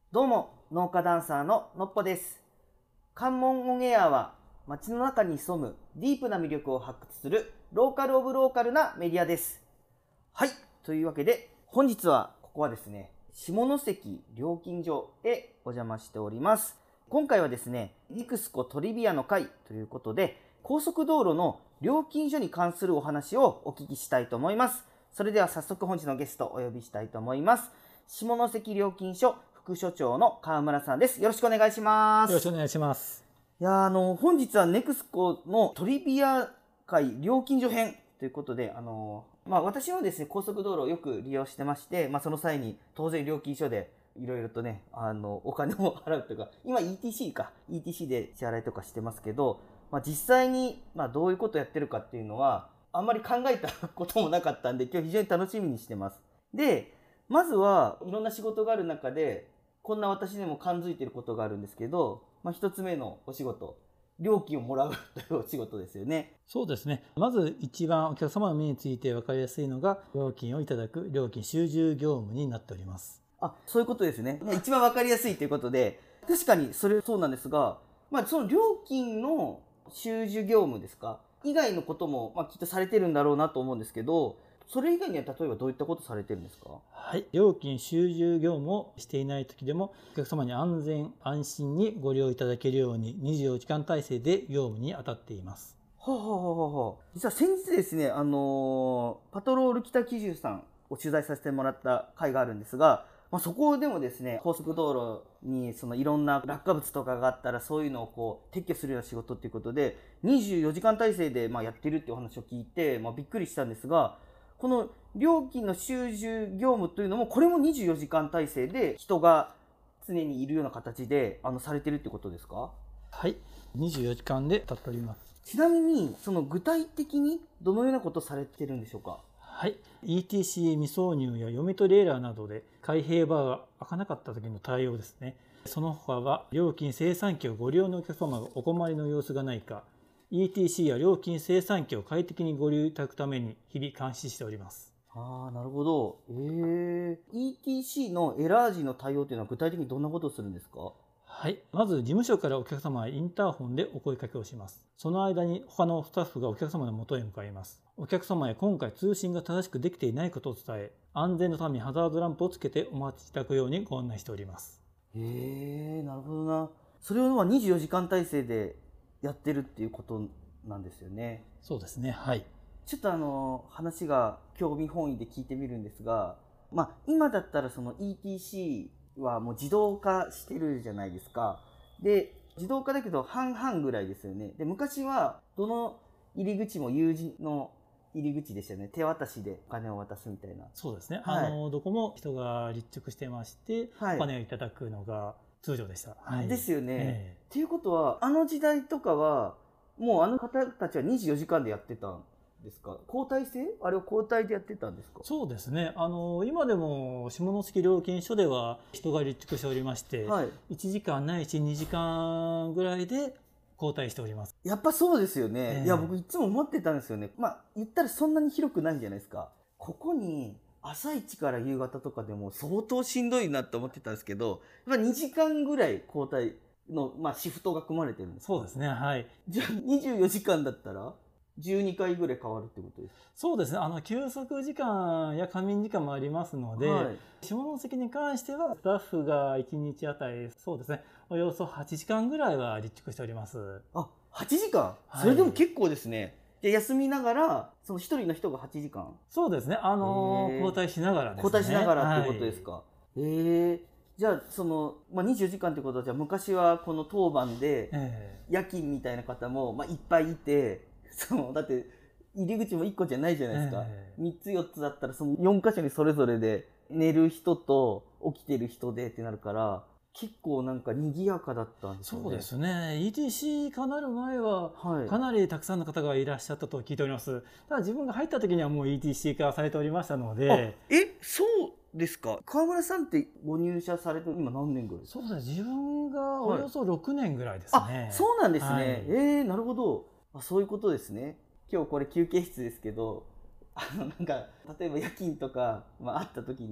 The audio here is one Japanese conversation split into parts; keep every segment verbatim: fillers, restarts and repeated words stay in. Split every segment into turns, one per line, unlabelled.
どうも、農家ダンサーののっぽです。関門オンエアは、街の中に潜むディープな魅力を発掘するローカルオブローカルなメディアです。はい、というわけで、本日はここはですね、下関料金所へお邪魔しております。今回はですね、ニクスコトリビアの会ということで、高速道路の料金所に関するお話をお聞きしたいと思います。それでは早速本日のゲストをお呼びしたいと思います。下関料金所副所長の川村さんです。よろしくお願いします。
よろしくお願いします。
いやあの本日はネクスコのトリビア会料金所編ということで、あのまあ、私はですね高速道路をよく利用してまして、まあ、その際に当然料金所でいろいろとねあのお金を払うというか、今 イーティーシー か イーティーシー で支払いとかしてますけど、まあ、実際に、まあ、どういうことをやってるかっていうのはあんまり考えたこともなかったんで、今日非常に楽しみにしてます。でまずはいろんな仕事がある中でこんな私でも感づいてることがあるんですけど、まあ、一つ目のお仕事、料金をもらうというお仕事ですよね。
そうですね。まず一番お客様の目について分かりやすいのが、料金をいただく料金収受業務になっております。
あ、そういうことですね。一番分かりやすいということで、確かにそれそうなんですが、まあ、その料金の収受業務ですか以外のことも、まあ、きっとされてるんだろうなと思うんですけど、それ以外には例えばどういったことされてるんですか？
はい。料金収受業務をしていない時でも、お客様に安全安心にご利用いただけるようににじゅうよじかん体制で業務に当たっています。
はあ、はあはあはあ、実は先日ですね、あのーパトロール北九州さんを取材させてもらった回があるんですが、まあ、そこでもですね、高速道路にそのいろんな落下物とかがあったらそういうのをこう撤去するような仕事っていうことでにじゅうよじかん体制でまあやってるっていうお話を聞いて、まあ、びっくりしたんですが、この料金の収受業務というのもこれもにじゅうよじかん体制で人が常にいるような形であのされてるってことですか？
はい。にじゅうよじかんで当たっております。
ちなみにその具体的にどのようなことをされてるんでしょうか？
はい、イーティーシー 未挿入や読み取りエラーなどで開閉バーが開かなかった時の対応ですね。その他は料金精算機をご利用のお客様がお困りの様子がないか、イーティーシー や料金精算機を快適にご利用いただくために日々監視しております。
ああ、なるほど。えー、イーティーシー のエラー時の対応というのは具体的にどんなことをするんですか？
はい。まず事務所からお客様はインターホンでお声掛けをします。その間に他のスタッフがお客様の元へ向かいます。お客様へ今回通信が正しくできていないことを伝え、安全のためにハザードランプをつけてお待ちいただくようにご案内しております。
へえー、なるほどな。それをまあにじゅうよじかん体制でやってるっていうことなんですよね。
そうですね。はい。
ちょっとあの話が興味本位で聞いてみるんですが、まあ、今だったらその イーティーシー はもう自動化してるじゃないですか。で自動化だけど半々ぐらいですよね。で昔はどの入り口も有事の入り口でしたよね。手渡しでお金を渡すみたいな。
そうですね。
はい、
あのどこも人が立着してまして、
はい、
お金をいただくのが通常でした。はい、
ですよね。
えー、
っていうことはあの時代とかはもうあの方たちはにじゅうよじかんでやってたんですか？交代制？あれを交代でやってたんですか？
そうですね。あの今でも下関料金所では人が立着しておりまして、はい、いちじかんないしにじかんぐらいで交代しております。
やっぱそうですよね。えー、いや僕いつも思ってたんですよね。まあ言ったらそんなに広くないじゃないですか。ここに朝一から夕方とかでも相当しんどいなって思ってたんですけど、まあ、にじかんぐらい交代の、まあ、シフトが組まれてるんですか？
そうですね。はい。
じゃあにじゅうよじかんだったらじゅうにかいぐらい変わるってことですか？
そうですね。あの休息時間や仮眠時間もありますので、はい、下関に関してはスタッフがいちにちあたりそうですね、およそはちじかんぐらいは立着しております。
あ、はちじかん、はい、それでも結構ですね。で休みながらその一人の人がはちじかん。
そうですね。あの交代しながらですね。
交代しながらってことですか？へ、はい、えー、じゃあその、まあ、にじゅうよじかんってことはじゃあ昔はこの当番で夜勤みたいな方も、まあ、いっぱいいて、そのだって入り口もいっこじゃないじゃないですか、えー、みっつよっつだったらそのよんかしょにそれぞれで寝る人と起きてる人でってなるから結構なんか賑やかだったんですよね。
そうですね。イーティーシー 化なる前はかなりたくさんの方がいらっしゃったと聞いております。ただ自分が入った時にはもう イーティーシー 化されておりましたので。
え、そうですか？川村さんってご入社されて今何年ぐらいですか？
そうですね。自分がおよそろくねんぐらいですね。はい、
あ、そうなんですね。はい、えー、なるほど。あ、そういうことですね。今日これ休憩室ですけど、あのなんか例えば夜勤とか、まあ、あった時に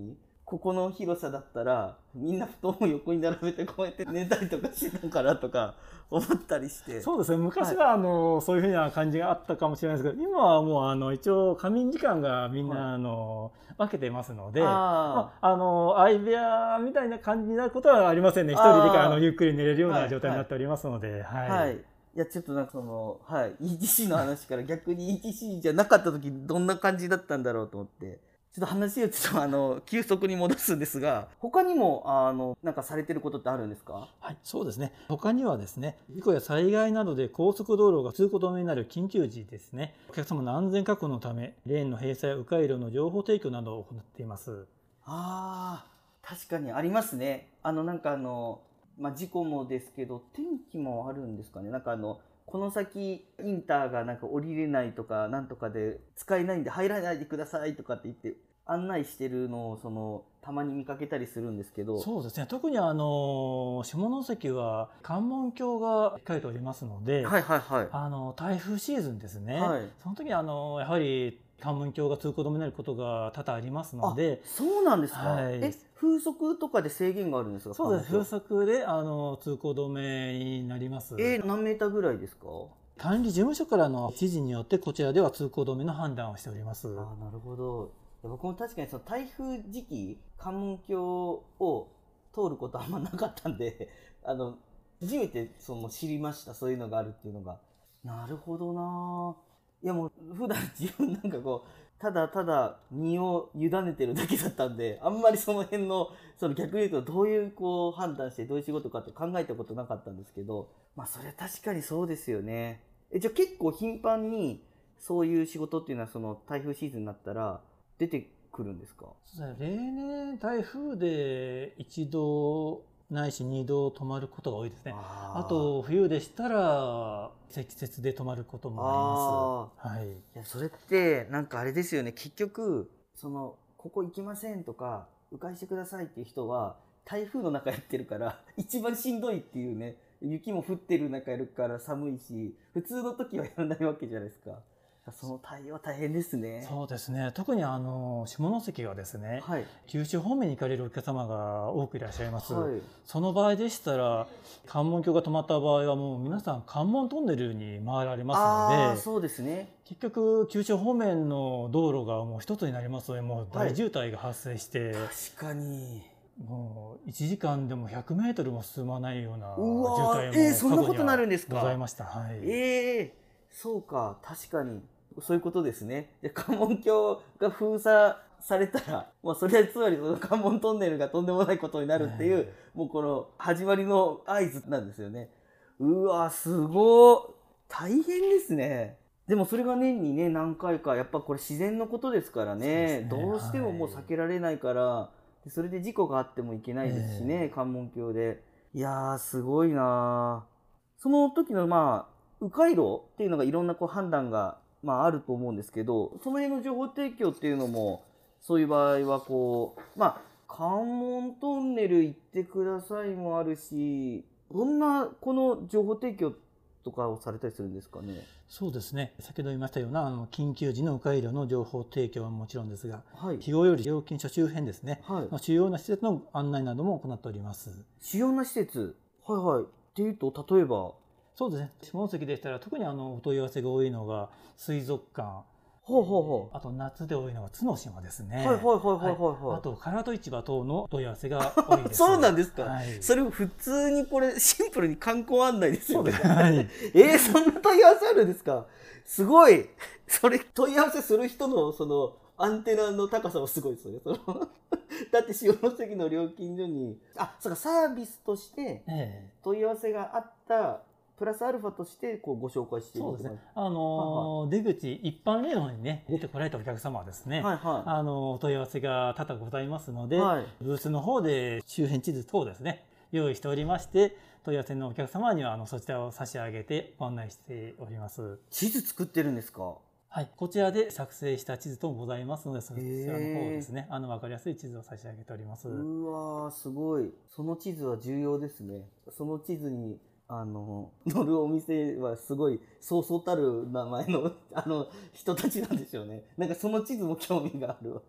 ここの広さだったらみんな布団を横に並べてこうやって寝たりとかしてたからとか思ったりして。
そうですね、昔はあの、はい、そういうふうな感じがあったかもしれないですけど、今はもうあの一応仮眠時間がみんなあの、はい、分けてますので、あ、まあ、あの相部屋みたいな感じになることはありませんね。一人であのゆっくり寝れるような状態になっておりますので、はい、はいはい、
いやちょっとなんかその、はい、イーティーシー の話から逆に イーティーシー じゃなかった時どんな感じだったんだろうと思って。ちょっと話をちょっとあの急速に戻すんですが、他にもあのなんかされてることってあるんですか？
はい、そうですね。他にはですね、事故や災害などで高速道路が通行止めになる緊急時ですね、お客様の安全確保のため、レーンの閉鎖や迂回路の情報提供などを行っています。
ああ、確かにありますね。あのなんかあの、まあ、事故もですけど、天気もあるんですかね。なんかあのこの先インターがなんか降りれないとかなんとかで使えないんで入らないでくださいとかって言って案内してるのをそのたまに見かけたりするんですけど。
そうですね、特にあの下関は関門橋が控えておりますので、
はいはいはい、
あの台風シーズンですね、
はい、
その時あのやはり関門橋が通行止めになることが多々ありますので。
そうなんですか、
はい、
え風速とかで制限があるんですか？
そうです、風速であの通行止めになります。
えー、何メーターぐらいですか？
管理事務所からの指示によってこちらでは通行止めの判断をしております。
あ、なるほど。僕も確かにその台風時期関門橋を通ることあんまなかったんであの初めてその知りました。そういうのがあるっていうのが。なるほどな。いやもう普段自分なんかこうただただ身を委ねてるだけだったんで、あんまりその辺のその逆に言うとどういうこう判断してどういう仕事かって考えたことなかったんですけど、まあそれは確かにそうですよね。え、じゃあ結構頻繁にそういう仕事っていうのはその台風シーズンになったら出てくるんですか？
例年台風で一度ないし二度止まることが多いですね。あ, あと冬でしたら積雪で止まることもあります。はい、い
やそれってなんかあれですよね。結局そのここ行きませんとか迂回してくださいっていう人は台風の中やってるから一番しんどいっていうね。雪も降ってる中やるから寒いし普通の時はやらないわけじゃないですか。その対応大変ですね。
そうですね。特にあの下関はですね、
はい、
九州方面に行かれるお客様が多くいらっしゃいます。
はい、
その場合でしたら関門橋が止まった場合はもう皆さん関門トンネルに回られますので、
あ、そうですね、
結局九州方面の道路がもう一つになりますので、もう大渋滞が発生して、はい、
確かに
もういちじかんでもひゃくメートルも進まないような渋滞も
えー、そんなことなるんですか？
ございました。はい、
えー、そうか、確かにそういうことですね。で関門橋が封鎖されたら、まあ、それはつまりその関門トンネルがとんでもないことになるっていう、えー、もうこの始まりの合図なんですよね。うわすごい大変ですね。でもそれが年にね何回かやっぱこれ自然のことですからね、ね、どうしてももう避けられないから、はい、それで事故があってもいけないですしね、えー、関門橋で。いやーすごいな。その時のまあ迂回路っていうのがいろんなこう判断がまああると思うんですけど、その辺の情報提供っていうのもそういう場合はこうまあ関門トンネル行ってくださいもあるし、どんなこの情報提供とかをされたりするんですかね？
そうですね、先ほど言いましたようなあの緊急時の迂回路の情報提供はもちろんですが、はい、日後より料金所周辺ですね、はい、主要な施設の案内なども行っております。
主要な施設、はいはい、っていうと例えば？
そうですね、下関でしたら特にあのお問い合わせが多いのが水族館、
ほうほうほう、
あと夏で多いのが角島ですね。はい
はいはいはいはいはい、
あと唐戸市場等のお問い合わせが多いです。
そうなんですか、
はい、
それ普通にこれシンプルに観光案内ですよね。
そうです、はい、
えー、そんな問い合わせあるんですか？すごい。それ問い合わせする人のそのアンテナの高さもすごいですよね。そのだって下関の料金所にあそうかサービスとして問い合わせがあったプラスアルファとしてこうご紹介している。
そうですね。あのーはいはい、出口一般例の方にね出てこられたお客様はですね、はいはい、あのお問い合わせが多々ございますので、はい、ブースの方で周辺地図等ですね用意しておりまして、問い合わせのお客様にはあのそちらを差し上げてご案内しております。
地図作ってるんですか？
はい、こちらで作成した地図ともございますので、そちらの方ですね、あの分かりやすい地図を差し上げております。
うわーすごい。その地図は重要ですね。その地図にあの乗るお店はすごいそうそうたる名前のあの人たちなんでしょうね。なんかその地図も興味があるわ。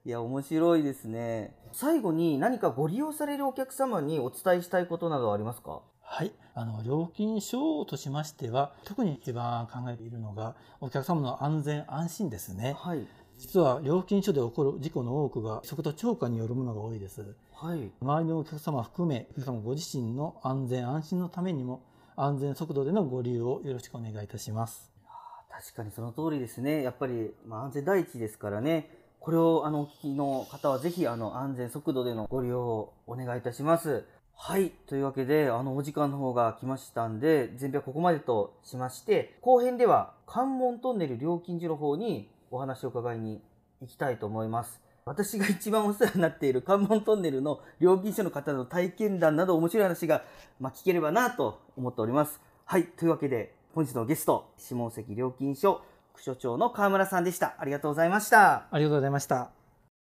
いや面白いですね。最後に何かご利用されるお客様にお伝えしたいことなどはありますか？
はい、あの料金所としましては特に一番考えているのがお客様の安全安心ですね。
はい。
実は料金所で起こる事故の多くが速度超過によるものが多いです。
はい。
周りのお客様含めお客様ご自身の安全安心のためにも安全速度でのご利用をよろしくお願いいたします。
確かにその通りですね。やっぱり、まあ、安全第一ですからね。これをあのお聞きの方はぜひあの安全速度でのご利用をお願いいたします。はい。というわけで、あのお時間の方が来ましたんで、前編はここまでとしまして、後編では関門トンネル料金所の方にお話を伺いに行きたいと思います。私が一番お世話になっている関門トンネルの料金所の方の体験談など面白い話が、まあ、聞ければなと思っております。はい。というわけで、本日のゲスト、下関料金所副所長の川村さんでした。ありがとうございました。
ありがとうございました。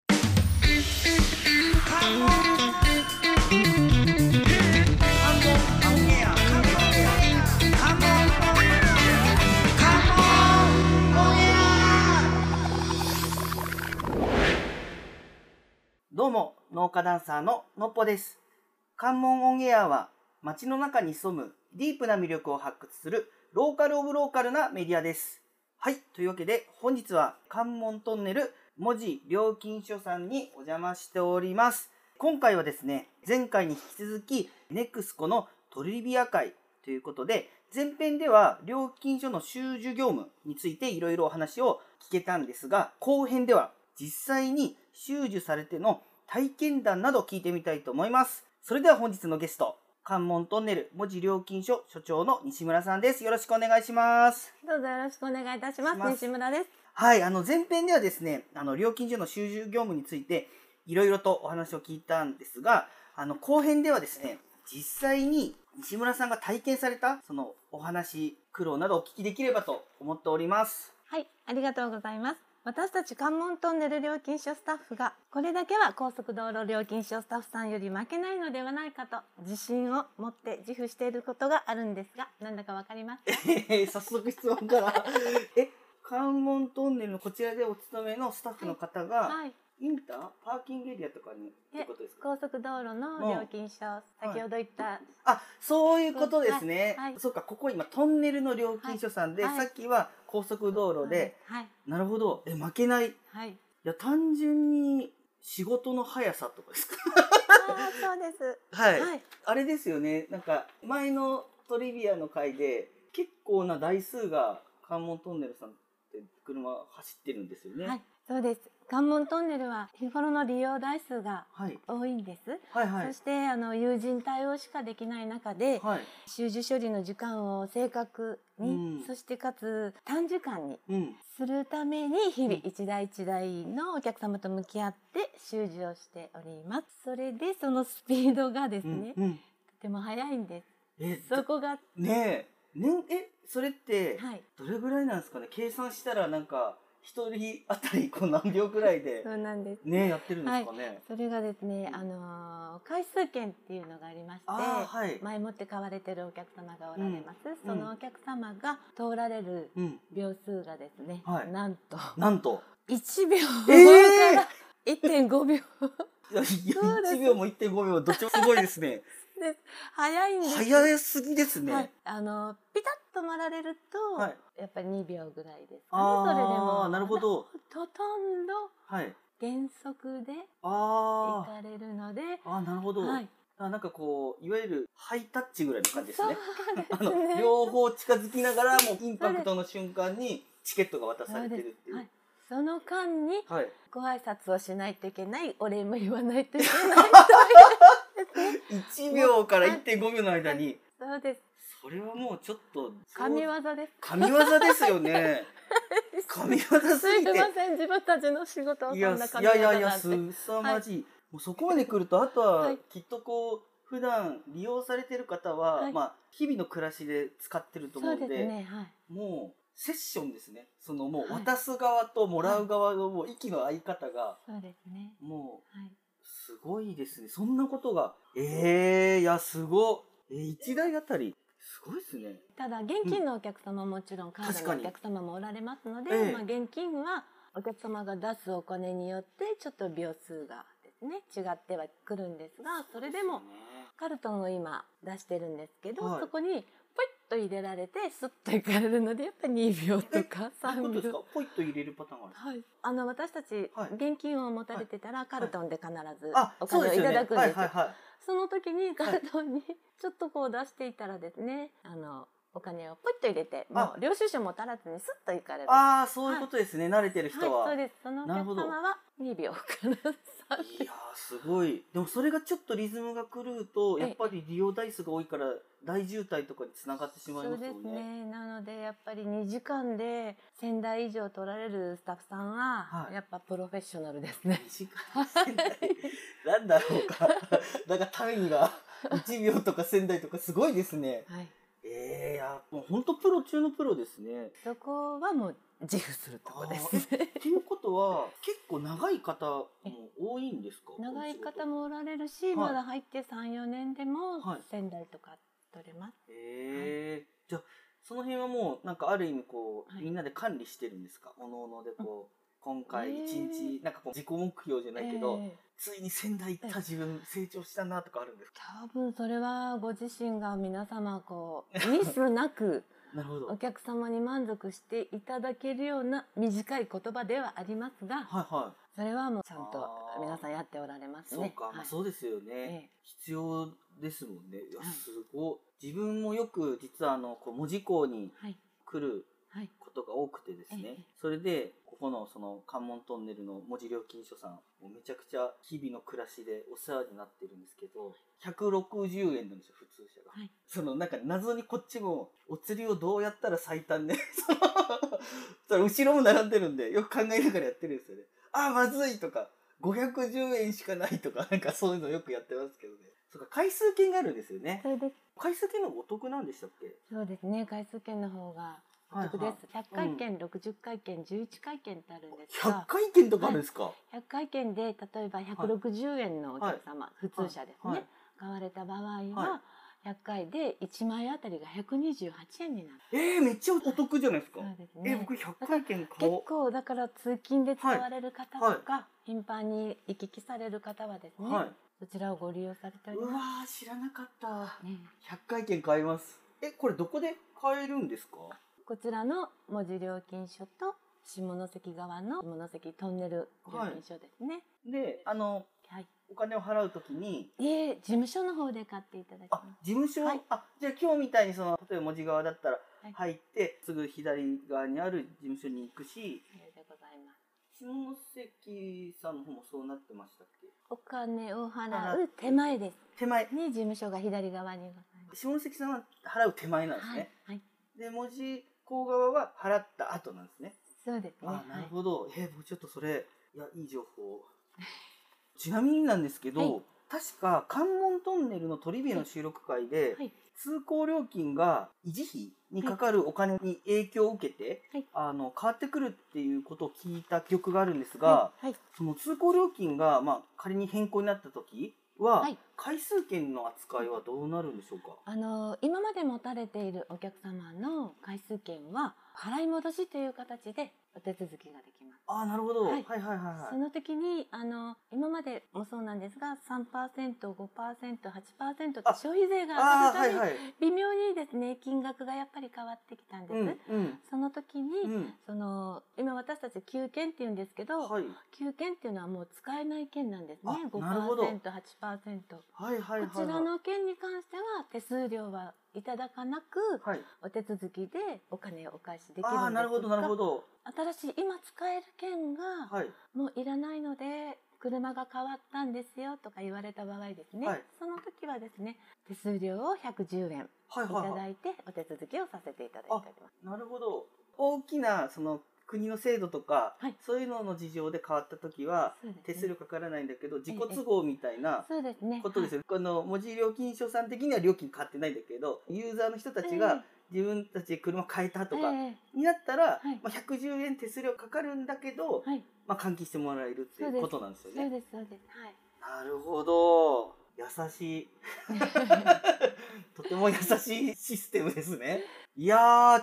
どうも、農家ダンサーののっぽです。関門オンエアは街の中に潜むディープな魅力を発掘するローカルオブローカルなメディアです。はい、というわけで本日は関門トンネル門司料金所さんにお邪魔しております。今回はですね、前回に引き続きネクスコのトリビア会ということで、前編では料金所の収受業務についていろいろお話を聞けたんですが、後編では実際に収受されての体験談など聞いてみたいと思います。それでは本日のゲスト、関門トンネル門司料金所所長の西村さんです。よろしくお願いします。
どうぞよろしくお願いいたします。西村です。
はい、あの前編ではですね、あの料金所の収受業務についていろいろとお話を聞いたんですが、あの後編ではですね、実際に西村さんが体験されたそのお話、苦労などお聞きできればと思っております。
はい、ありがとうございます。私たち関門トンネル料金所スタッフがこれだけは高速道路料金所スタッフさんより負けないのではないかと自信を持って自負していることがあるんですが、なんだかわかりますか？
えー、早速質問からえ、関門トンネルのこちらでお勤めのスタッフの方が、はいはい、インターパーキングエリアとかにってことですか？
高速道路の料金所、先ほど言った、はい、
あ、そういうことですね、はいはい、そうか、ここ今トンネルの料金所さんで、はい、さっきは高速道路で、はい、なるほど、え、負けない、はい、いや単純に仕事の速さとかですか？
あ、そうです、
はい、はい、あれですよね、なんか前のトリビアの回で結構な台数が関門トンネルさんって車走ってるんですよね。
はい、そうです。関門トンネルは日頃の利用台数が多いんです。はいはいはい、そしてあの有人対応しかできない中で、はい、収受処理の時間を正確に、うん、そしてかつ短時間にするために日々一台一台のお客様と向き合って収受をしております。それでそのスピードがですね、うんうん、とても速いんです。え、そこが
ねえ、ねえ、それってどれぐらいなんですかね。計算したらなんか一人当たりこう何秒くらいで
そうなんです
ねやってるんですかね。
はい、それがですね、あのー、回数券っていうのがありまして、はい、前もって買われてるお客様がおられます、うん、そのお客様が通られる秒数がですね、うん、はい、なんと
なんと
いちびょうから いってんごびょう
いやいちびょうも いってんごびょうどっちもすごいですね。
で早いんです。
早すぎですね。はい、
あのピタッと回られると、はい、やっぱりにびょうぐらいですかね。それでも
なるほど、
ほとんど減速で行かれるので、
ああなるほど、はい、あ、なんかこういわゆるハイタッチぐらいの感じですね。あの両方近づきながらもインパクトの瞬間にチケットが渡されてるっていう。はい、
その間にご挨拶をしないといけない、お礼も言わないといけないという
いちびょうから いってんごびょうの間に、
はい、そうです。
それはもうちょっと
神業です。
神業ですよね。神業すぎて。
すいません、自分たちの仕事をそんな神業
いやいやいや、すさまじい。はい、もうそこまで来ると、あとはきっとこう普段利用されてる方は、はい、まあ日々の暮らしで使ってると思うので、ね、はい、もうセッションですね。そのもう渡す側ともらう側のもう息の合い方が、
そうですね。
もうすごいですね。そんなことが、ええー、いやすごい。えー、いちだいあたりすごいですね。
ただ現金のお客様ももちろんカードのお客様もおられますので、うん、まあ現金はお客様が出すお金によってちょっと秒数がですね違ってはくるんですが、それでもカルトンを今出してるんですけど、はい、そこにポイッと入れられてスッといかれるので、やっぱりにびょうとかさんびょう。
ポイッと入れるパターンがあるんですか？はい、
あの私たち、はい、現金を持たれてたらカルトンで必ず
お
金をいただくんです。その時にカルトンにちょっとこう出していたらですね、あのお金をポイッと入れて、もう領収書も足らずにスッといかれる。
ああ、そういうことですね、はい、慣れてる人は。
はい、そうです。そのお客様はにびょうからさんびょう。
いやー、すごい。でもそれがちょっとリズムが狂うと、やっぱり利用台数が多いから大渋滞とかにつながってしまいますよね。
そうですね。なのでやっぱりにじかんでせんだい以上取られるスタッフさんは、はい、やっぱプロフェッショナルですね。
にじかんせんだいなんだろうか。なんか単位がいちびょうとかせんだいとかすごいですね。はい。ええー、いやもう本当プロ中のプロですね。
そこはもう自負するところですね。
っていうことは結構長い方も多いんですか？
長い方もおられるし、はい、まだ入ってさん、よねんでもせんだいとか取れます。
へ、はい、えー、はい、じゃあその辺はもうなんかある意味こう、はい、みんなで管理してるんですか？おのおのでこう、うん、今回いちにち、えー、なんかこう自己目標じゃないけど、えー、ついにせんだい行った自分成長したなとかあるんですか？
多分それはご自身が皆様こうミスなく
なるほど、
お客様に満足していただけるような短い言葉ではありますが、
はいはい、
それはもうちゃんと皆さんやっておられますね。
そうか、はい、まあ、そうですよね、ええ、必要ですもんね。いや、すごい、はい、自分もよく実はあのこう門司港に来ることが多くてですね、はいはい、それでここのその関門トンネルの門司料金所さんもめちゃくちゃ日々の暮らしでお世話になってるんですけど、ひゃくろくじゅうえんなんですよ、普通車が、はい、そのなんか謎にこっちもお釣りをどうやったら最短でその後ろも並んでるんでよく考えながらやってるんですよね。あーまずいとかごひゃくじゅうえんしかないとか、なんかそういうのよくやってますけどね。そうか、回数券があるんですよね。
それで
回数券の方がお得なんでしたっけ？
そうですね、回数券の方がお得です。はいはい、ひゃっかい券、うん、ろくじゅっかい券、じゅういっかい券ってあるんですが、
ひゃっかい券とかあるんですか？はい、
ひゃっかい券で例えばひゃくろくじゅうえんのお客様、はい、普通車ですね、はい、買われた場合は、はい、ひゃっかいでいちまいあたりがひゃくにじゅうはちえんになる。
えー、めっちゃお得じゃないですか。
そうですね、
えー、僕ひゃっかい券買おう。
結構だから通勤で使われる方とか、はいはい、頻繁に行き来される方はですね、はい、そちらをご利用されております。
うわー、知らなかった、ね、ひゃっかい券買います。え、これどこで買えるんですか？
こちらの門司料金所と下関側の下関トンネル料金所ですね。
はい、で、あの、はい、お金を払うときに、
えー、事務所の方で買っていただきます。
あ、事務所、はい、あ、じゃあ今日みたいにその例えば門司側だったら入って、はい、すぐ左側にある事務所に行くし、
ありがとうございます。
下関さんの方もそうなってましたっけ？
お金を払う手前です。
手前
に事務所が左側にございます。
下関さんは払う手前なんですね。はい。はい、で、門司港側は払った後なんですね。
そうですね。
あ、なるほど。はい、えー、僕ちょっとそれ、いや、いい情報。ちなみになんですけど、はい、確か関門トンネルのトリビアの収録会で、はい、通行料金が維持費にかかるお金に影響を受けて、はい、あの変わってくるっていうことを聞いた記憶があるんですが、はいはい、その通行料金が、まあ、仮に変更になった時は、はい、回数券の扱いはどうなるんでしょうか？
あの今まで持たれているお客様の回数券は払い戻しという形でお手続きができます。
あ、なるほど。はい、はいはいはいはい。
その時にあの今までもそうなんですが さんパーセント、ごパーセント、はちパーセント と消費税が上がるために、はいはい、微妙にですね金額がやっぱり変わってきたんです。うんうん、その時に、うん、その今私たち旧券っていうんですけど、はい、旧券っていうのはもう使えない券なんですね。ごパーセント、はちパーセント。はいはいはいはい、こちらの券に関しては手数料はいただかなく、はい、お手続きでお金をお返しできるんですが、あ、なるほどなるほど。新しい今使える券が、はい、もういらないので車が変わったんですよとか言われた場合ですね、はい、その時はですね手数料をひゃくじゅうえんいただいてお手続きをさせていただいております。
なるほど。大きなその国の制度とか、はい、そういうのの事情で変わった時は、ね、手数料かからないんだけど自己都合みたいなことですよね。この門司料金所さん的には料金変わってないんだけどユーザーの人たちが自分たちで車変えたとかになったら、はい、まあ、ひゃくじゅうえん手数料かかるんだけど、はい、まあ、換金してもらえるっていうことなんですよね。
そうですそうです、はい、
なるほど。優しいとても優しいシステムですね。いやー、ちょっ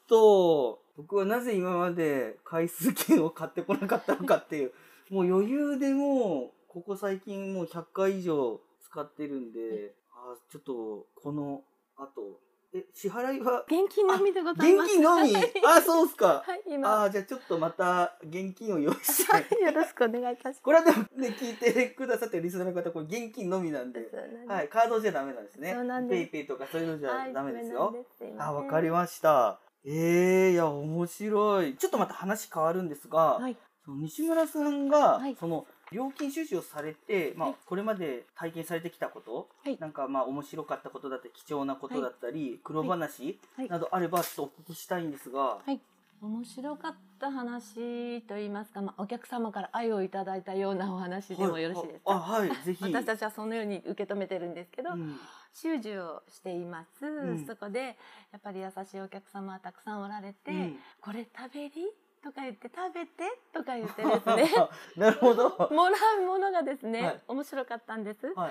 と僕はなぜ今まで回数券を買ってこなかったのかっていうもう余裕でもうここ最近もうひゃっかい以上使ってるんで、あちょっとこのあとえ支払いは
現金のみでございます。
現金のみあそうっすか、
はい、今
あじゃあちょっとまた現金を用意して
よろしくお願いいたします。
これはでもね聞いてくださってるリスナーの方これ現金のみなんで、はい、カードじゃダメなんですね。ペイペイとかそういうのじゃダメですよ。あわかりました。えー、いや面白い。ちょっとまた話変わるんですが、はい、その西村さんが、はい、その料金収集をされて、まあ、はい、これまで体験されてきたこと、はい、なんかまあ面白かったことだったり貴重なことだったり、はい、苦労話などあればちょっとお聞きしたいんですが、
はい、面白かった話といいますか、まあ、お客様から愛をいただいたようなお話でもよろしいですか？
はい、あ、はい、ぜひ。
私たちはそのように受け止めてるんですけど、うん、習字をしています、うん、そこでやっぱり優しいお客様はたくさんおられて、うん、これ食べりとか言って食べてとか言ってですね
なるほど
もらうものがですね、はい、面白かったんです、はい、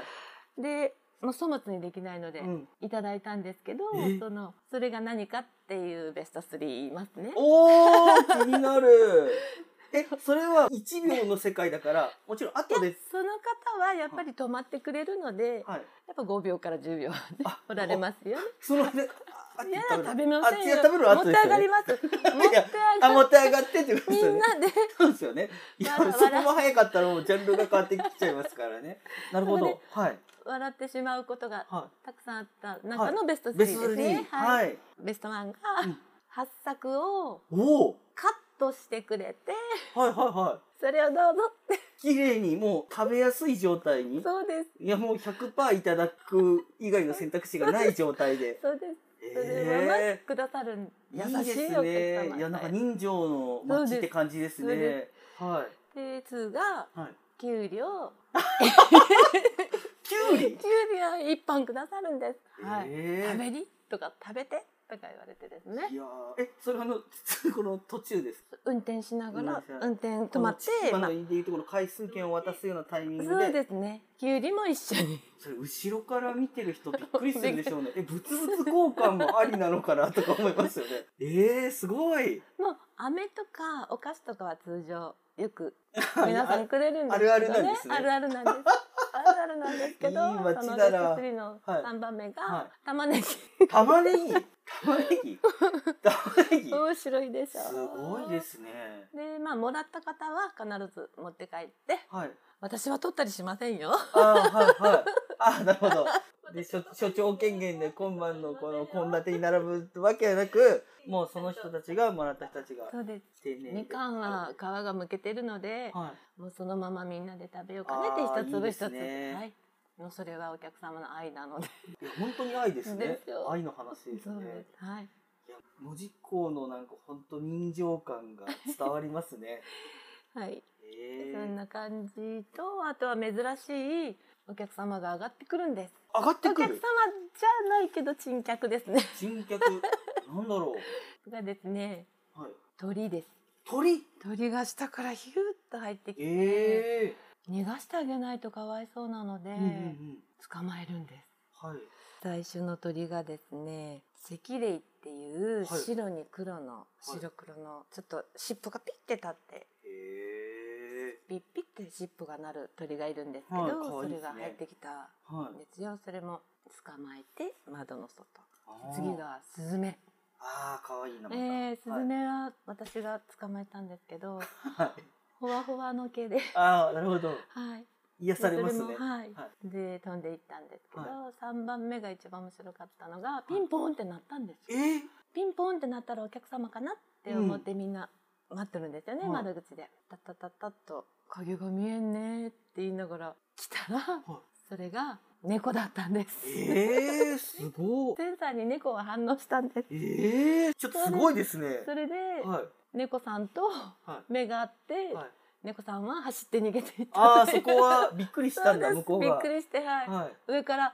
でもう粗末にできないので、うん、いただいたんですけど、そのそれが何かっていうベストスリー言いますね。
おー気になるえそれはいちびょうの世界だからもちろん後で
その方はやっぱり止まってくれるので、はい、やっぱごびょうからじゅうびょうおられますよね。
そのね
いや食べませんよ。
持
って上がります。持って
上がってってことですよね。みんなで。そうですよね。いやそこも早かったらもうジャンルが変わってきちゃいますからね。なるほど。はい。笑
ってしまうことがたくさんあった中のベストスリーですね。はい。ベストワンがはっさくをカットしてくれて、
はいはいはい。
それをどうぞって
綺麗にもう食べやすい状態に。
そうです。
いやもう ひゃくパーセント いただく以外の選択肢がない状態で。
そうです。それを待ってくださる優しいお客様。
いいね。いやなんか人情の街って感じですね。はい。
でにがきゅうりを
きゅうり
きゅうりをいっぽんくださるんです。はい。食べりとか食べてとか言われてですね。
いやえそれはあのこの途中です。
運転しながら運転止まって、
今の言うところ回数券を渡すようなタイミングで。
そうですね。きゅうりも一緒に。
それ後ろから見てる人びっくりするでしょうね。え物々交換もありなのかなとか思いますよね。えーすごい。
もう飴とかお菓子とかは通常よく皆さんくれるんですけどね。
あるあるなんですね。
あるあるなんです。あるあるなんですけど、
いい街だな。
そのベストスリーのさんばんめが玉ね
ぎ。玉ねぎ。玉ねぎ。玉ねぎ。
面白いでしょ。
すごいですね。
で、まあもらった方は必ず持って帰って、はい、私は取ったりしませんよ。
あはいはい。あなるほど。で所所長権限で今晩のこの献立に並ぶわけはなく、もうその人たちがもらった人たちが。
そうです。みかんは皮がむけてるので、はい、もうそのままみんなで食べようかねって一粒一つ。はい。もうそれはお客様の愛なので。
いや本当に愛ですね。愛の話ですね。
はい。
いや門司港のなんか本当人情感が伝わりますね。
はい。えー、そんな感じとあとは珍しいお客様が上がってくるんです。
上がってくる。
お客様じゃないけど珍客ですね。
珍客なんだろう。
がですね。
はい。
鳥です。
鳥。
鳥が下からヒューッと入ってきて。
えー
逃がしてあげないとかわいそうなので、うんうんうん、捕まえるんです、はい、最初の鳥がですね赤霊っていう白に黒の、はい、白黒のちょっと尻尾がピッて立って、
へ
ピッピッて尻尾が鳴る鳥がいるんですけど、はい、いいですね、それが入ってきたんですよ、はい、それも捕まえて窓の外、次がスズメ。
あーかわいいな、また、
えー、スズメは私が捕まえたんですけど、はいふわふわの毛で
ああなるほど、
はい、
癒されますね。
はい、はい、で飛んでいったんですけど、はい、さんばんめが一番面白かったのがピンポンって鳴ったんですよ、
えー、
ピンポンって鳴ったらお客様かなって思ってみんな待ってるんですよね、うん、窓口でタッタッタッタッと影が見えんねって言いながら来たら、はい、それが猫だったんです。
えー、すごい。
センサーに猫が反応したんです。
えー、ちょっとすごいですね。
それで、はい猫さんと目があって、はい、猫さんは走って逃げていった。
ああそこはびっくりしたんだ向こうが。
びっくりして、はいはい、上から「うっ」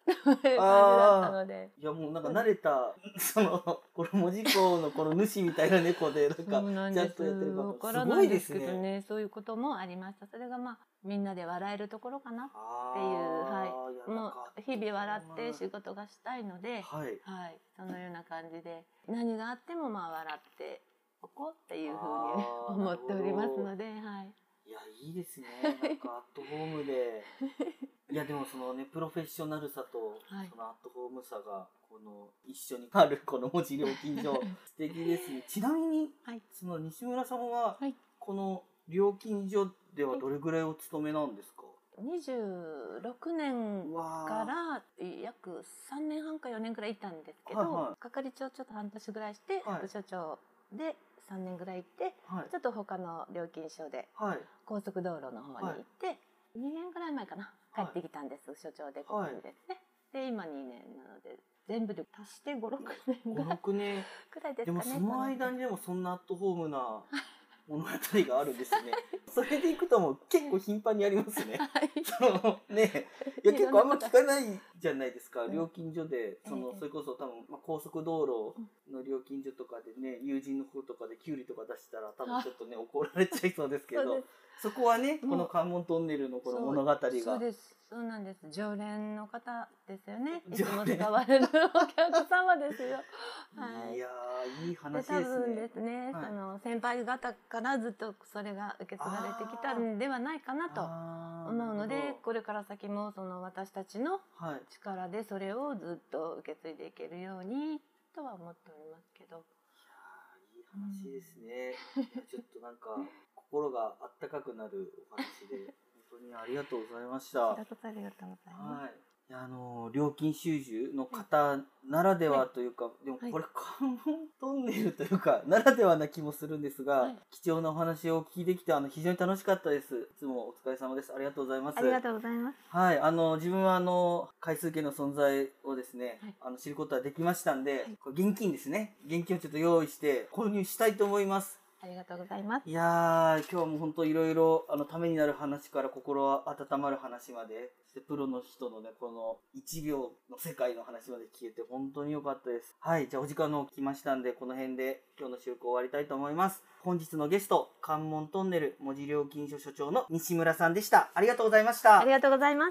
という感じだったので、
いやもうなんか慣れたそのこの門司港のこの主みたいな猫でなんかちゃんとやってるからすごいですね。
そういうこともありました。それがまあみんなで笑えるところかなっていう、はい、もう日々笑って仕事がしたいので、はい、はい、そのような感じで何があってもまあ笑っておこうっていうふうに思っておりますので、はい。
いやいいですね。なんかアットホームでいやでもそのねプロフェッショナルさとそのアットホームさがこの一緒にあるこの門司料金所素敵ですね。ちなみに、はい、その西村さんはこの料金所ではどれぐらいお勤めなんですか？
にじゅうろくねんから約さんねんはんかよねんくらいいたんですけど、はいはい、係長ちょっと半年ぐらいして、はい、副所長でさんねんぐらい行って、はい、ちょっと他の料金所で高速道路の方に行って、はい、にねんぐらい前かな帰ってきたんです、はい、所長でここにですね、はい、で今にねんなので全部で足してごろくねんぐらいくらいですかね。
でもその間にでもそんなアットホームな物語があるんですね。それでいくともう結構頻繁にありますね。はい、そのね、いや結構あんま聞かないじゃないですか。料金所でそのそれこそ多分まあ高速道路の料金所とかでね、友人の方とかでキュウリとか出したら多分ちょっとね怒られちゃいそうですけど、そこはねこの関門トンネルのこの物語が。
そうです。そうなんです。常連の方ですよね。いつも使われるお客様ですよ。
はい。いやいい話ですね。
多分ですね、はい、その先輩方からずっとそれが受け継がれてきたんではないかなと思うので、これから先もその私たちの力でそれをずっと受け継いでいけるようにとは思っておりますけど。
いやいい話ですね。うん、ちょっとなんか心があったかくなるお話で。本当にありがとうございました。
ありがとうございます。
はい。あの料金収集の方ならではというか、はい、でもこれ関門トンネルというかならではな気もするんですが、はい、貴重なお話を聞いてきてあの非常に楽しかったです。いつもお疲れ様です。ありがとうございます。
ありがとうございます。
はい、あの自分はあの回数券の存在をですね、はい、あの知ることはできましたんで、はい、これ現金ですね。現金をちょっと用意して購入したいと思います。
ありがとうございます。
いやー、今日はもう本当いろいろあのためになる話から心温まる話まで、そしてプロの人のねこのいちびょうの世界の話まで聞けて本当に良かったです。はい、じゃあお時間の来ましたんでこの辺で今日の収録終わりたいと思います。本日のゲスト関門トンネル門司料金所所長の西村さんでした。ありがとうございました。
ありがとうございました。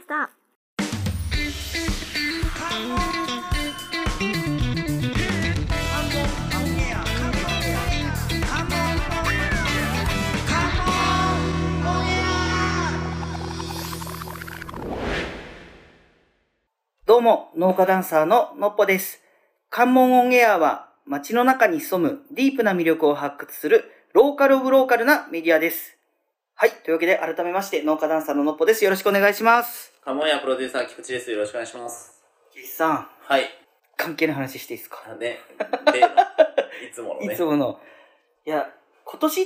どうも、農家ダンサーののっぽです。関門オンエアは街の中に潜むディープな魅力を発掘するローカルオブローカルなメディアです。はい、というわけで改めまして農家ダンサーののっぽです。よろしくお願いします。
関門屋プロデューサー菊池です。よろしくお願いします。
菊池さん。
はい。
関係ない話していいですか？
ね、例の、いつものね。
いつもの。いや、今年って、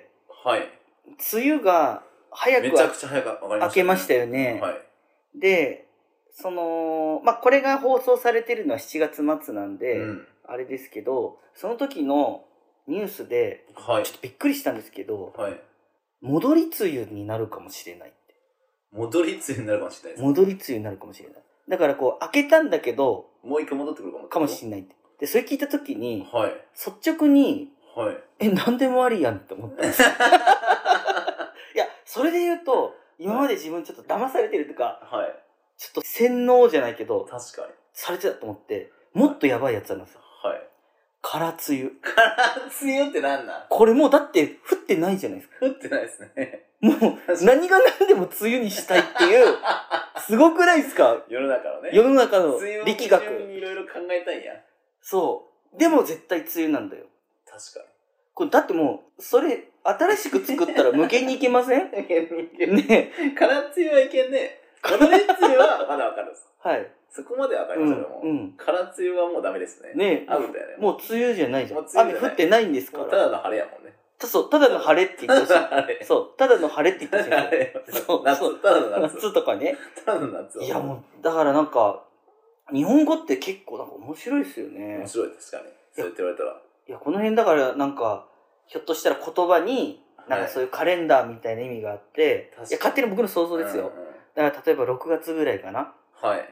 はい。
梅雨が早く
めちゃくちゃ早く分かりました、ね。
明けましたよね。
はい。
で、その、まあ、これが放送されてるのはしちがつまつなんで、うん、あれですけど、その時のニュースで、はい、ちょっとびっくりしたんですけど、はい、戻り梅雨になるかもしれないって。
戻り梅雨になるかもしれないです、ね。
戻り梅雨になるかもしれない。だからこう、開けたんだけど、
もう一回戻ってくるかも。
かもしれないって。で、それ聞いた時に、はい、率直に、はい、え、なんでもありやんって思ったんですよ。いや、それで言うと、今まで自分ちょっと騙されてるとか、はい、ちょっと洗脳じゃないけど、
確かに。
されてたと思って、もっとやばいやつあるんですよ。
はい。
空梅雨。
空梅雨ってなんだ？
これもうだって降ってないじゃないですか。
降ってないですね。
もう何が何でも梅雨にしたいっていう、すごくないですか？
世の中のね。
世の中の力学。
梅雨にいろいろ考えたいんや。
そう。でも絶対梅雨なんだよ。
確かに。
これだってもう、それ、新しく作ったら無限にいけません？無限にいけ
る。ねえ。空梅雨はいけんね。戻り梅雨はまだわかるんです。
はい。
そこまでわかりますけども、うんうん、空梅雨はもうダメですね。
ねえ。
アウトやね。
もう梅雨じゃないじゃん。雨降ってないんですから。
ただの晴れやもんね。
そう、ただの晴れって言ってほしい。そう、ただの晴れって言ってほしい。
そう、夏、ただの夏。
夏とかね。
ただの夏。
いやもう、だからなんか、日本語って結構なんか面白いですよね。
面白いですかね。そうやって言われたら。い
や、この辺だからなんか、ひょっとしたら言葉に、なんかそういうカレンダーみたいな意味があって、はい、いや、勝手に僕の想像ですよ。うんうん、だから例えばろくがつぐらいかな。はい。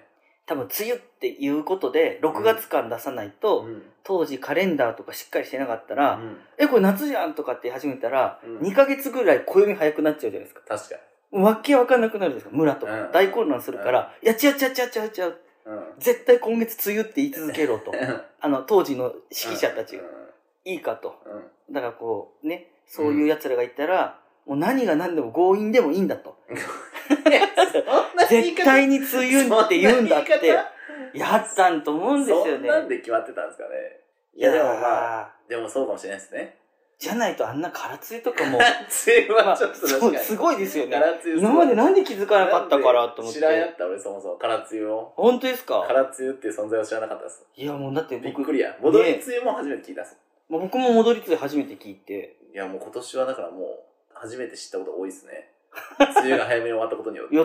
多分梅雨っていうことでろくがつかん出さないと、うん、当時カレンダーとかしっかりしてなかったら、うん、えこれ夏じゃんとかって始めたら、うん、にかげつぐらい暦早くなっちゃうじゃないですか。
確か
にわけわかんなくなるんですか、村とか、うん、大混乱するから、うん、やっちゃうちゃうちゃうちゃうちゃう、うん、絶対今月梅雨って言い続けろとあの当時の指揮者たちが、うん、いいかと、うん、だからこうねそういう奴らがいたら、もう何が何でも強引でもいいんだと絶対に梅雨って言うんだってやったんと思うんですよね。
そんなんで決まってたんですかね。いやでもまあでもそうかもしれないですね。
じゃないとあんな空梅雨とかも
梅雨はちょっと確かに、
まあ、すごいですよね。今までなんで気づかなかったからと思って。
知らんやった俺そもそも空梅雨を。
本当ですか。
空梅雨っていう存在を知らなかったです。
いやもうだって僕
びっくりや。戻り梅雨も初めて聞いたっす、ね、
僕も戻り梅雨初めて聞いて。
いやもう今年はだからもう初めて知ったこと多いですね。梅雨が早めに終わったことによって。
よって、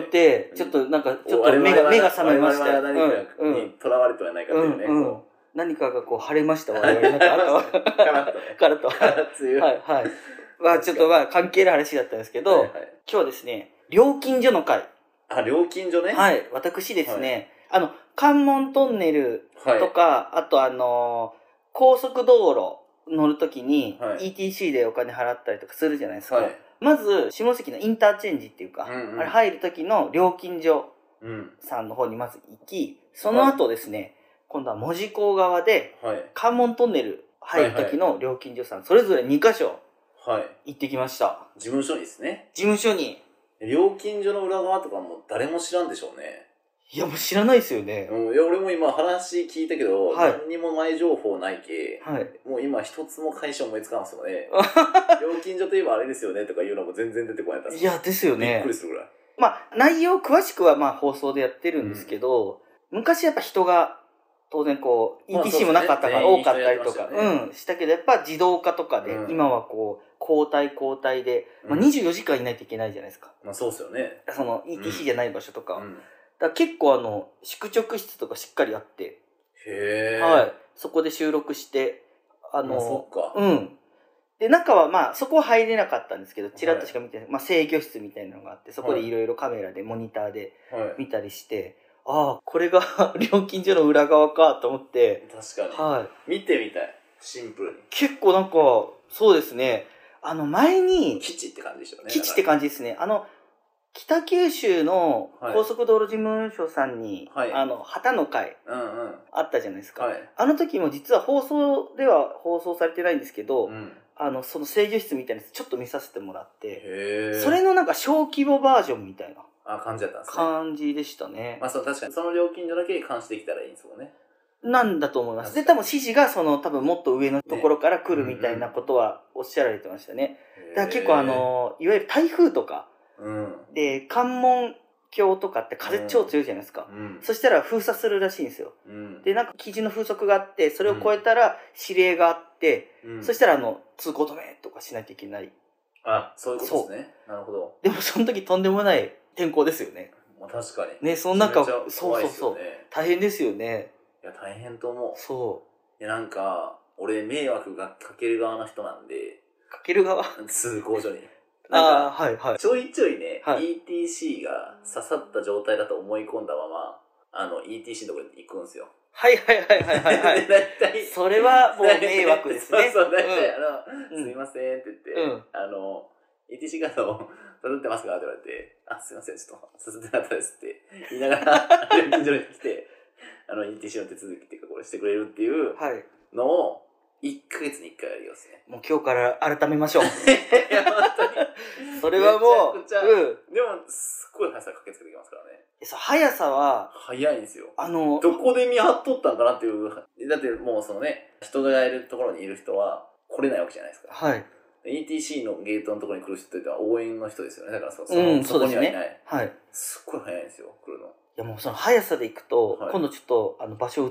ちょっとなんか、ちょっと目が、目が覚めました。
我々は何かにとらわれてはないかっていうね。
うんうん、何かがこう晴れました、我々。なんかあとは、カラッと。カラッと。
梅雨。
はいはい。まあちょっとまあ関係ない話だったんですけど、はいはい、今日はですね、料金所の会。
あ、料金所ね。
はい。私ですね、はい、あの、関門トンネルとか、はい、あとあの、高速道路乗るときに、はい、イーティーシー でお金払ったりとかするじゃないですか。はい、まず、下関のインターチェンジっていうか、うんうん、あれ入るときの料金所さんの方にまず行き、その後ですね、はい、今度は門司港側で、はい、関門トンネル入るときの料金所さん、それぞれにかしょ行ってきました。
はい、事務所にですね。
事務所に。
料金所の裏側とかも誰も知らんでしょうね。
いや、もう知らないですよね。
うん、いや、俺も今話聞いたけど、はい、何にも前情報ないけ、はい、もう今一つも会社思いつかんすよね。料金所といえばあれですよねとかいうのも全然出てこない。
いや、ですよね。
びっくりするぐらい。
まあ、内容詳しくはまあ放送でやってるんですけど、うん、昔やっぱ人が当然こう、イーティーシー もなかったから多かったりとか、ね、うん、したけど、やっぱ自動化とかで、うん、今はこう、交代交代で、まあ、にじゅうよじかんいないといけないじゃないですか。
まあそうですよね。
その イーティーシー じゃない場所とか。うんうん、だから結構あの、宿直室とかしっかりあって、
へー。
はい。そこで収録して、あの、
まあ、そっか。
うん。で、中はまあ、そこは入れなかったんですけど、ちらっとしか見てない。はい、まあ制御室みたいなのがあって、そこでいろいろカメラで、モニターで見たりして、はい、ああ、これが料金所の裏側かと思って。
確かに。
はい。
見てみたい。シンプルに。
結構なんか、そうですね。あの、前に、
基地って感じでしょうね。
基地って感じですね。あの、北九州の高速道路事務所さんに、はい、あの、旗の会、うんうん、あったじゃないですか、はい。あの時も実は放送では放送されてないんですけど、うん、あの、その制御室みたいなやつちょっと見させてもらって、へそれのなんか小規模バージョンみたいな。
あ、感じだったんですね。
感じでしたね。
まあそう、確かにその料金所だけ監視できたらいいんですもんね。
なんだと思います。で、多分指示がその多分もっと上のところから来るみたいなことはおっしゃられてましたね。ねだから結構あの、いわゆる台風とか、うん、で、関門橋とかって風超強いじゃないですか。うん、そしたら封鎖するらしいんですよ。うん、で、なんか基準の風速があって、それを超えたら指令があって、うん、そしたらあの、通行止めとかしないといけない。
あ、そういうことですね。なるほど。
でもその時とんでもない天候ですよね。
まあ確かに。
ね、その中、そうそうそう。大変ですよね。
いや、大変と思う。
そう。
いや、なんか、俺、迷惑がかける側の人なんで。
かける側
通行所に。
ああ、はいはい。
ちょいちょいね、はい、イーティーシー が刺さった状態だと思い込んだまま、あの、イーティーシー のところに行くんですよ。
はいはいはいはいはい、はい。だいたいそれはもう迷惑ですね。
そうそう、だいたい、あの、すいませんって言って、うん、あの、イーティーシー カードを刺さってますかって言われて、あ、すいません、ちょっと刺さってなかったですって言いながら、料金所に来て、あの、イーティーシー の手続きっていうか、これしてくれるっていうのを、いっかげつにいっかいやりますね。
もう今日から改めましょう。い
や、本当に。
それはもう、
めちゃくちゃ、うん。でも、すっごい速さ駆けつけてきますからね。
そう、速さは、
速いんですよ。
あの、
どこで見張っとったんかなっていう、だってもうそのね、人がいるところにいる人は来れないわけじゃないですか。
はい。
イーティーシー のゲートのところに来る人っては応援の人ですよね。だからそ、その、うん、そこにはいない。ね、はい。すっごい速いんですよ、来るの。い
やもうその速さで行くと、はい、今度ちょっとあの場所移って、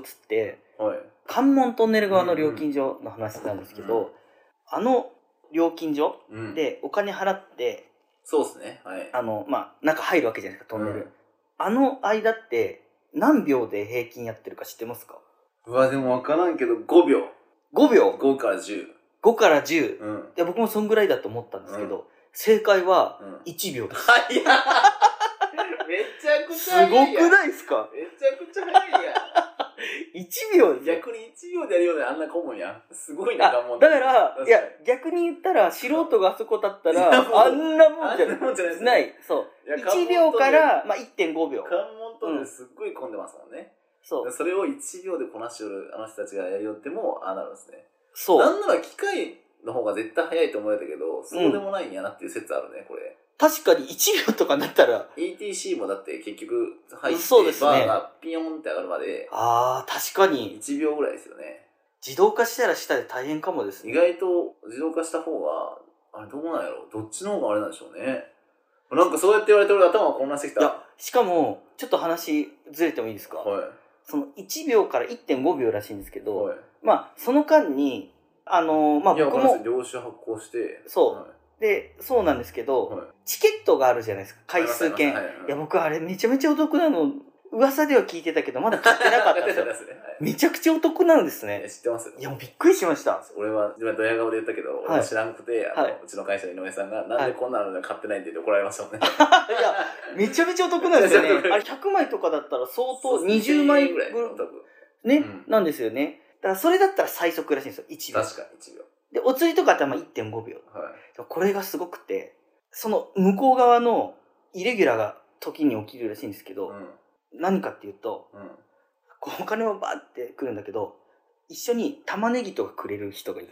はい。関門トンネル側の料金所の話なんですけど、うんうん、あの料金所でお金払って、
うん、そうですね。はい。
あの、まあ、中入るわけじゃないですか、トンネル。うん、あの間って何秒で平均やってるか知ってますか？
うわ、でもわからんけど、ごびょう。
ごびょう ?
ご からじゅう。
ごからじゅう。うん。いや、僕もそんぐらいだと思ったんですけど、うん、正解は、いちびょうです。
早っめちゃ
くち
す
ゃ早いやん。
ごくないですか？
めちゃくちゃ早いやん。
いちびょうですよ。
逆にいちびょうでやるようなあんな顧問やん。すごいな、関門。
だから、いや、
確
逆に言ったら、素人があそこ立ったら、
いやもう
あんなもんじゃ
あんなもんじゃないですね
ない。そう。
いや
いちびょうから、まあ、いってんごびょう。
関門とですっごい混んでますもんね。
そう。
それをいちびょうでこなしよるあの人たちがやりよっても、ああなるんですね。
そう。
なんなら機械の方が絶対早いと思えたけど、そうでもないんやなっていう説あるね、これ。
確かにいちびょうとかになったら、
イーティーシー もだって結局入って、
そうですね
バーがピヨンって上がるまで、
ああ、確かに。
いちびょうぐらいですよね。
自動化したらしたで大変かもですね。
意外と自動化した方が、あれどうなんやろ、どっちの方があれなんでしょうね。なんかそうやって言われて俺頭が混乱してきた。
いや、しかも、ちょっと話ずれてもいいですか？
はい。
そのいちびょうからいってんごびょうらしいんですけど、
はい。
まあ、その間に、あのー、まあ
いや、
僕も、
僕も領収発行して、
そう
はい
で、そうなんですけど、
はい
チケットがあるじゃないですか、回数券。い
はいはいはい
や、僕あれめちゃめちゃお得なの、噂では聞いてたけど、まだ買ってなかったんですよ。
ですね。はい
めちゃくちゃお得なんです
え
ね。
知ってますよ。
いや、もうびっくりしました。
俺は、今ドヤ顔で言ったけど、俺は知らんくて、あの、
はいう
ちの会社の井上さんが、なんでこんなの買ってないって言って怒られましたもんね。
いや、めちゃめちゃお得なんですよね。
めちゃめちゃお得
あれひゃくまいとかだったら相当にじゅうまい
ぐらい、
ぐらい
多分。
ね、
うん
なんですよね。だからそれだったら最速らしいんですよ、いちびょう。
確かにいちびょう。
で、お釣りとかってまあいってんごびょう。
はい。
これがすごくて、その向こう側のイレギュラーが時に起きるらしいんですけど、
うん。
何かっていうと、
うん。
こうお金もバーって来るんだけど、一緒に玉ねぎとかくれる人がいる。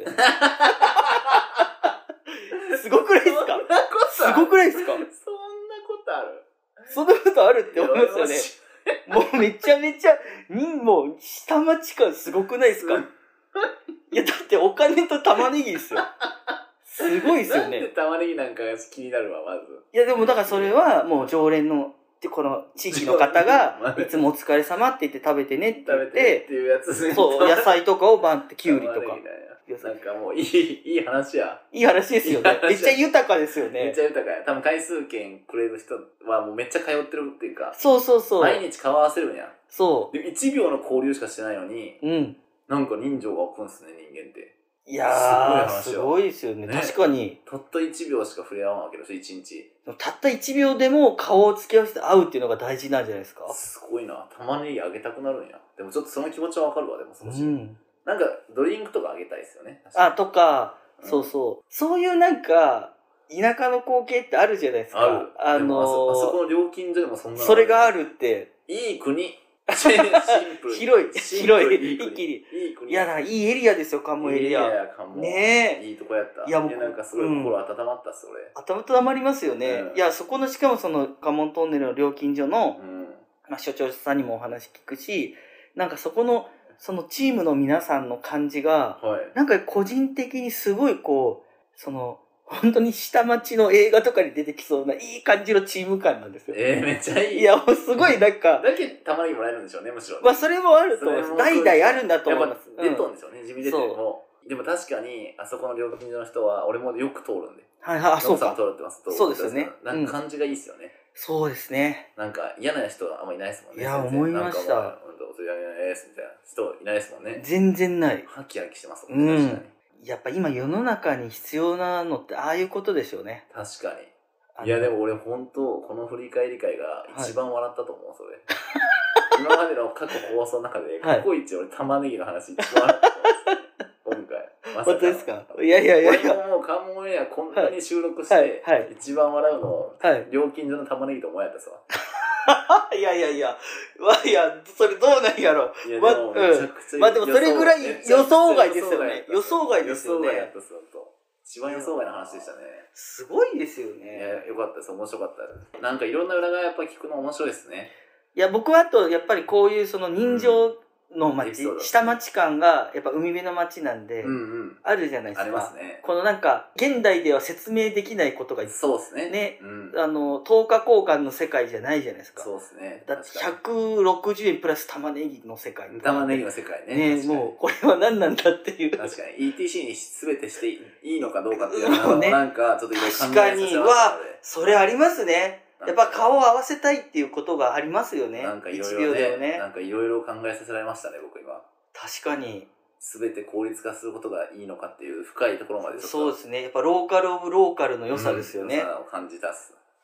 すごくないですか？
そんなこと
すごくないですか？
そんなことある
そんなことあるって思いますよね。もうめちゃめちゃ、に、もう下町感すごくないですか？いや、だってお金と玉ねぎですよ。すごいですよ
なんで
ね。
玉ねぎなんかが気になるわ、まず。
いや、でもだからそれはもう常連の、でこの地域の方が、いつもお疲れ様って言って食べてねって言っ
食べてねって
て、
いうやつね。
そう、野菜とかをバンってキュウリとか。
玉ねぎだよなんかもういい、いい話や。
いい話ですよね。めっちゃ豊かですよね
めっち。ゃ豊かや。多分回数券くれる人はもうめっちゃ通ってるっていうか、
そうそうそう。
毎日顔合わせるんや。
そ
で、いちびょうの交流しかしてないのに、
う。うん。
なんか人情が湧くんすね、人間って。
いやー、
すご
すごいですよね。
ね
確かに。
たったいちびょうしか触れ合わんわけですよ、いちにち。
たったいちびょうでも顔を付き合わせて会うっていうのが大事なんじゃないですか？
すごいな。玉ねぎあげたくなるんや。でもちょっとその気持ちはわかるわ、でも少し。
うん。
なんか、ドリンクとかあげたいですよね。確か
あ、とか、
うん
そうそう。そういうなんか、田舎の光景ってあるじゃないですか。
ある。
あ
でもあそ、あそこ
の
の料金所でもそんな
ー、
の
それがあるって、
いい国。シンプルに。
広い
シンプル
広い
いい国
一気に
いい国。
いやだ、いいエリアですよ、関門エリア。
いや、関門。
ねえ。
いいとこやった。
いや僕
なんかすごい心温まったっす、俺。
頭まりますよね。
うん
いや、そこの、しかもその、関門トンネルの料金所の、
うん。
まあ、所長さんにもお話聞くし、なんかそこの、そのチームの皆さんの感じが、
はい。
なんか個人的にすごいこう、その、本当に下町の映画とかに出てきそうないい感じのチーム感なんですよ。
えー、めっちゃいい。
いや、もうすごいなんか、
だけ玉ねぎもらえるんでしょうね、むしろ。
まあそれもあると思います。
それも
代々あるんだと思います。
やっぱ出と
うん
んでしょうね、地味出ても。でも確かに、あそこの料金所の人は、俺もよく通るんで。
はいはい、あ、そうか。
ノブさん通ってますと。
そうですよね
なんか感じがいいっすよね。
そうですね。
なんか嫌な人はあんまいないですもんね。
いや
全然
思いました
なんかもう、ほんと、それやめないですみたいな人いないですもんね。
全然ない。
ハキハキしてますも
うん
ね、確かに。
やっぱ今世の中に必要なのってああいうことでしょうね。
確か
あの
に。いや、でも俺本当この振り返り会が一番笑ったと思う、それ。今までの過去放送の中で、
はい
過去一俺玉ねぎの話一番笑ったと思うんです。今回。まさ
本当ですか？いやいやいやいや。
俺ももう関門エアこんなに収録し
はい
て、
はい
一番笑うの、
はい。
料金所の玉ねぎと思えたさ。
いやいやいや。わいや、それどうなんやろ。
いや、で
ま
もめちゃくちゃ、
まあでもそれぐらい予想外ですよね。予想外ですよね
予想外やったっす、ほんと。一番予想外の話でしたね。
すごいですよ
い
ね。
や、よかったです。面白かったです。なんかいろんな裏側やっぱ聞くの面白いですね。
いや、僕はあと、やっぱりこういうその人情の
エピ
街、
ソード
下町感が、やっぱ海辺の街なんで、
うんうん。
あるじゃないですか。
ありますね。
このなんか、現代では説明できないことが、
そうですね。
ね
うん。
あの、等価交換の世界じゃないじゃないですか。
そうですね。
だって
確か
ひゃくろくじゅうえんプラス玉ねぎの世界
に玉ねぎの世界ね。
ね
確かに
もう、これは何なんだっていう。
確かに イーティーシー に全てしていいのかどうかっていう
もうね
のをなんかちょっといろいろ考えさせ
確かに、
られ
わ
たので
それありますね。やっぱ顔を合わせたいっていうことがありますよね。
なんかいろ
1
いろ
秒でも
ね、
ね。
なんかいろいろ考えさせられましたね、僕今。
確かに。
全て効率化することがいいのかっていう深いところまでちょっと
そうですね。やっぱローカルオブローカルの良さですよね。
うん良さを感じたっす。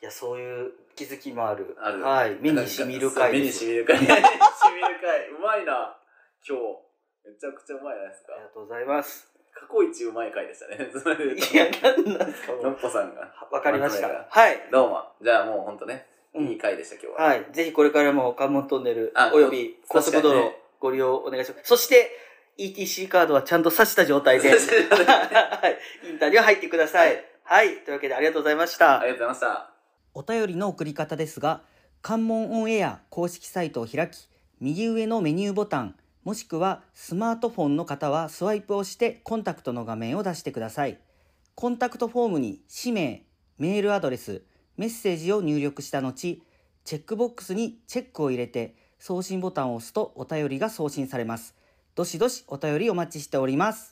いや、そういう気づきもある。
ある。
はい。目にしみる回
です。目にしみる回。目にしみる回。うまいな、今日。めちゃくちゃうまいじゃないですか。
ありがとうございます。
過去一うまい回でしたね。
いや、なんなんですか。
のっぽさんが。
わかりました。はい。
どうも。じゃあもうほんとね、いい回でした、今日は。
はい。ぜひこれからも関門トンネル、および高速道路ご利用お願いします。そして、イーティーシー カードはちゃんと挿した状態で、はい。インターには入ってください。はい。というわけでありがとうございました。
ありがとうございました。
お便りの送り方ですが、関門オンエア公式サイトを開き、右上のメニューボタン、もしくはスマートフォンの方はスワイプをしてコンタクトの画面を出してください。コンタクトフォームに氏名、メールアドレス、メッセージを入力した後、チェックボックスにチェックを入れて送信ボタンを押すとお便りが送信されます。どしどしお便りお待ちしております。